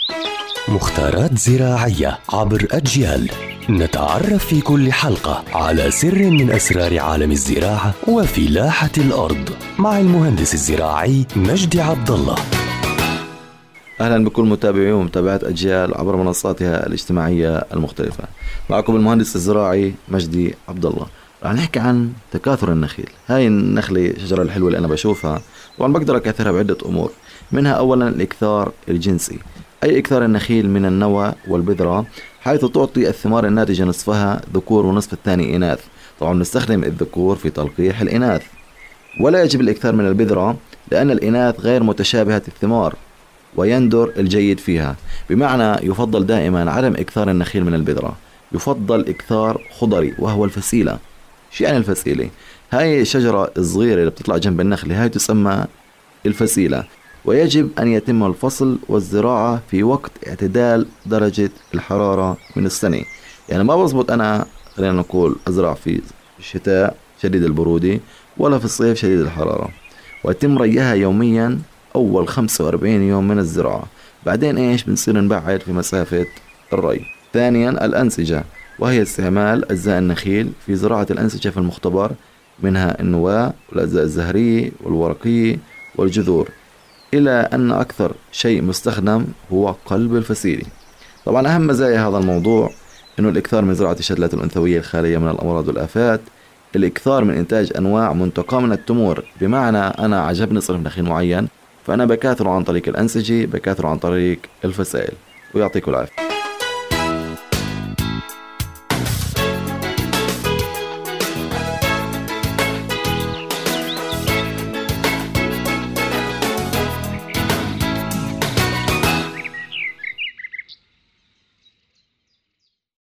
مختارات زراعية عبر أجيال، نتعرف في كل حلقة على سر من أسرار عالم الزراعة وفلاحة الأرض مع المهندس الزراعي مجدي عبد الله. أهلا بكل متابعي ومتابعات أجيال عبر منصاتها الاجتماعية المختلفة. معكم المهندس الزراعي مجدي عبد الله. رح نحكي عن تكاثر النخيل. هاي النخلة الشجرة الحلوة اللي أنا بشوفها، طبعا بقدر أكاثرها بعدة أمور، منها أولا الإكثار الجنسي، أي إكثار النخيل من النوى والبذرة، حيث تعطي الثمار الناتجة نصفها ذكور ونصف الثاني إناث. طبعا نستخدم الذكور في تلقيح الإناث، ولا يجب الإكثار من البذرة لأن الإناث غير متشابهة الثمار ويندر الجيد فيها، بمعنى يفضل دائما عدم إكثار النخيل من البذرة، يفضل إكثار خضري وهو الفسيلة. شو يعني الفسيلة؟ هاي الشجرة الصغيرة اللي بتطلع جنب النخلة، هاي تسمى الفسيلة، ويجب أن يتم الفصل والزراعة في وقت اعتدال درجة الحرارة من السنة. يعني ما بضبط أنا خلينا نقول أزرع في الشتاء شديد البرودة ولا في الصيف شديد الحرارة، ويتم ريها يوميا أول 45 يوم من الزراعة. بعدين إيش بنصير نبعد في مسافة الري. ثانيا الأنسجة، وهي استعمال أجزاء النخيل في زراعة الأنسجة في المختبر، منها النواة والأجزاء الزهرية والورقية والجذور، إلى أن أكثر شيء مستخدم هو قلب الفسيلة. طبعا أهم مزايا هذا الموضوع إنه الإكثار من زراعة الشتلات الأنثوية الخالية من الأمراض والآفات، الإكثار من إنتاج أنواع منتقاة من التمور، بمعنى أنا عجبني صنف نخيل معين فأنا بكاثره عن طريق الأنسجة، بكاثره عن طريق الفسائل. ويعطيكم العافية.